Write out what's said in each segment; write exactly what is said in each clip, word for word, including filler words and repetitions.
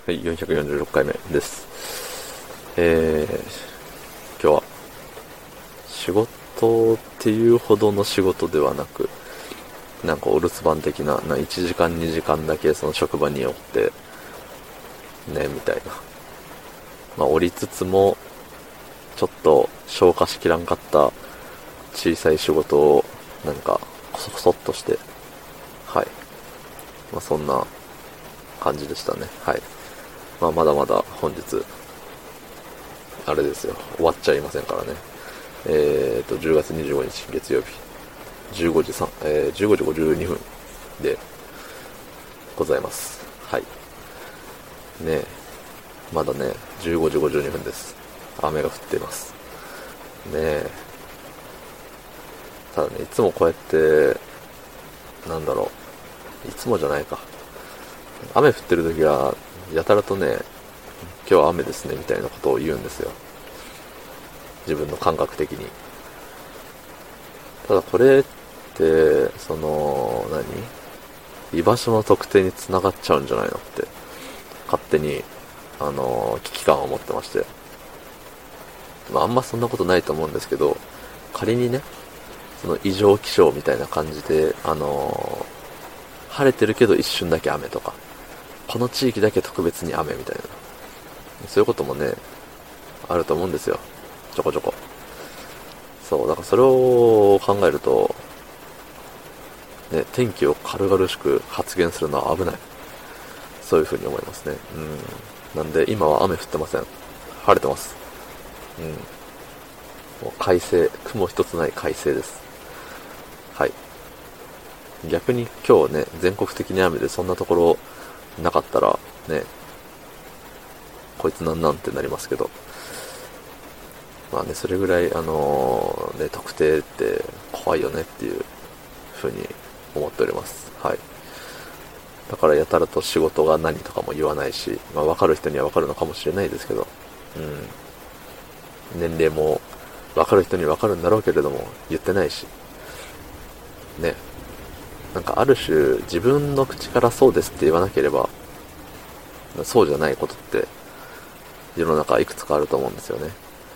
はい、よんひゃくよんじゅうろっかいめです。えー、今日は仕事っていうほどの仕事ではなく、なんかお留守番的な、ないちじかんにじかんだけその職場によってね、みたいな。まあ、降りつつもちょっと消化しきらんかった小さい仕事をなんかコソコソっとして、はい、まあ、そんな感じでしたね。はい。まあ、まだまだ本日あれですよ、終わっちゃいませんからね。えーとじゅうがつにじゅうごにち月曜日じゅうごじさん、えー、じゅうごじごじゅうにふんでございます。はい。ねえ、まだねじゅうごじごじゅうにふんです。雨が降っています。ねえ、ただね、いつもこうやってなんだろう、いつもじゃないか、雨降ってる時はやたらとね、今日は雨ですねみたいなことを言うんですよ、自分の感覚的に。ただこれってその何居場所の特定に繋がっちゃうんじゃないのって勝手にあの危機感を持ってまして、まああんまそんなことないと思うんですけど、仮にね、その異常気象みたいな感じであの晴れてるけど一瞬だけ雨とか、この地域だけ特別に雨みたいな、そういうこともねあると思うんですよ、ちょこちょこ。そうだからそれを考えるとね、天気を軽々しく発言するのは危ない、そういう風に思いますね。うん。なんで今は雨降ってません。晴れてます。うん。もう快晴、雲一つない快晴です。はい。逆に今日ね、全国的に雨でそんなところなかったらね、こいつなんなんってなりますけど、まあね、それぐらいあのーね、特定って怖いよねっていう風に思っております。はい。だからやたらと仕事が何とかも言わないし、まあ分かる人には分かるのかもしれないですけど、うん。年齢も分かる人に分かるんだろうけれども、言ってないし。ね。なんかある種、自分の口からそうですって言わなければ、そうじゃないことって、世の中いくつかあると思うんですよね。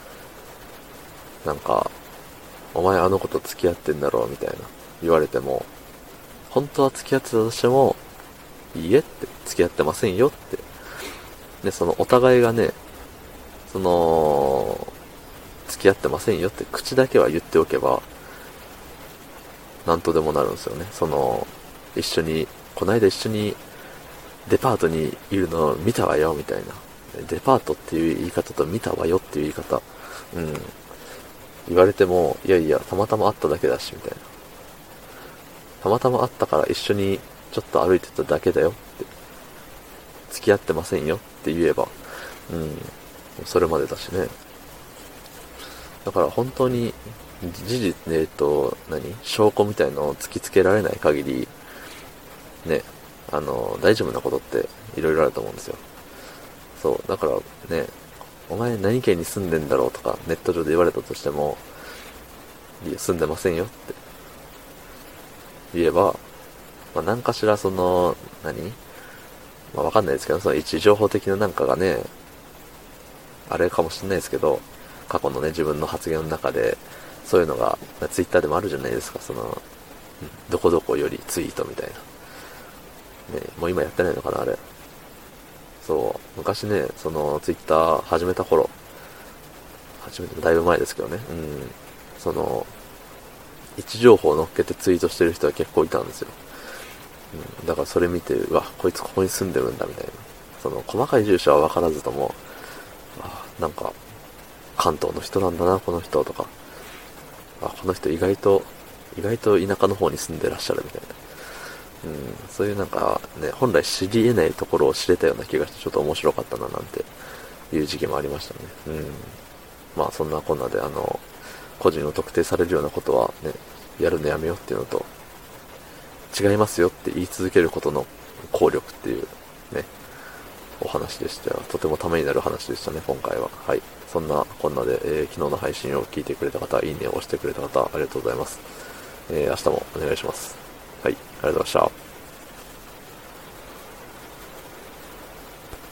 なんか、お前あの子と付き合ってんだろうみたいな言われても、本当は付き合ってたとしても、いいえって、付き合ってませんよって。で、そのお互いがね、その、付き合ってませんよって口だけは言っておけば、なんとでもなるんですよね。その、一緒に、こないだ一緒にデパートにいるのを見たわよみたいな。デパートっていう言い方と見たわよっていう言い方。うん。言われても、いやいや、たまたま会っただけだし、みたいな。たまたま会ったから一緒にちょっと歩いてただけだよって。付き合ってませんよって言えば、うん。それまでだしね。だから本当に事実、えっと、何証拠みたいのを突きつけられない限り、ね、あの、大丈夫なことっていろいろあると思うんですよ。そう、だからね、お前何県に住んでんだろうとかネット上で言われたとしても、いや、住んでませんよって言えば、まあ、何かしらその、何まあ、わかんないですけど、その一時情報的ななんかがね、あれかもしれないですけど、過去のね、自分の発言の中で、そういうのが、ツイッターでもあるじゃないですか、その、どこどこよりツイートみたいな。ね、もう今やってないのかな、あれ。そう、昔ね、その、ツイッター始めた頃、始めてだいぶ前ですけどね、うん、その、位置情報を乗っけてツイートしてる人は結構いたんですよ。うん、だからそれ見て、うわ、こいつここに住んでるんだみたいな。その、細かい住所は分からずとも、あ、なんか、関東の人なんだな、この人とか、あ、この人意外と、意外と田舎の方に住んでらっしゃるみたいな。うん、そういうなんかね、本来知り得ないところを知れたような気がして、ちょっと面白かったななんていう時期もありましたね。うん。まあそんなこんなで、あの、個人を特定されるようなことはね、やるのやめようっていうのと、違いますよって言い続けることの効力っていうね、お話でした。とてもためになる話でしたね、今回は。はい。そんなこんなで、えー、昨日の配信を聞いてくれた方、いいねを押してくれた方、ありがとうございます。えー、明日もお願いします。はい、ありがとうございました。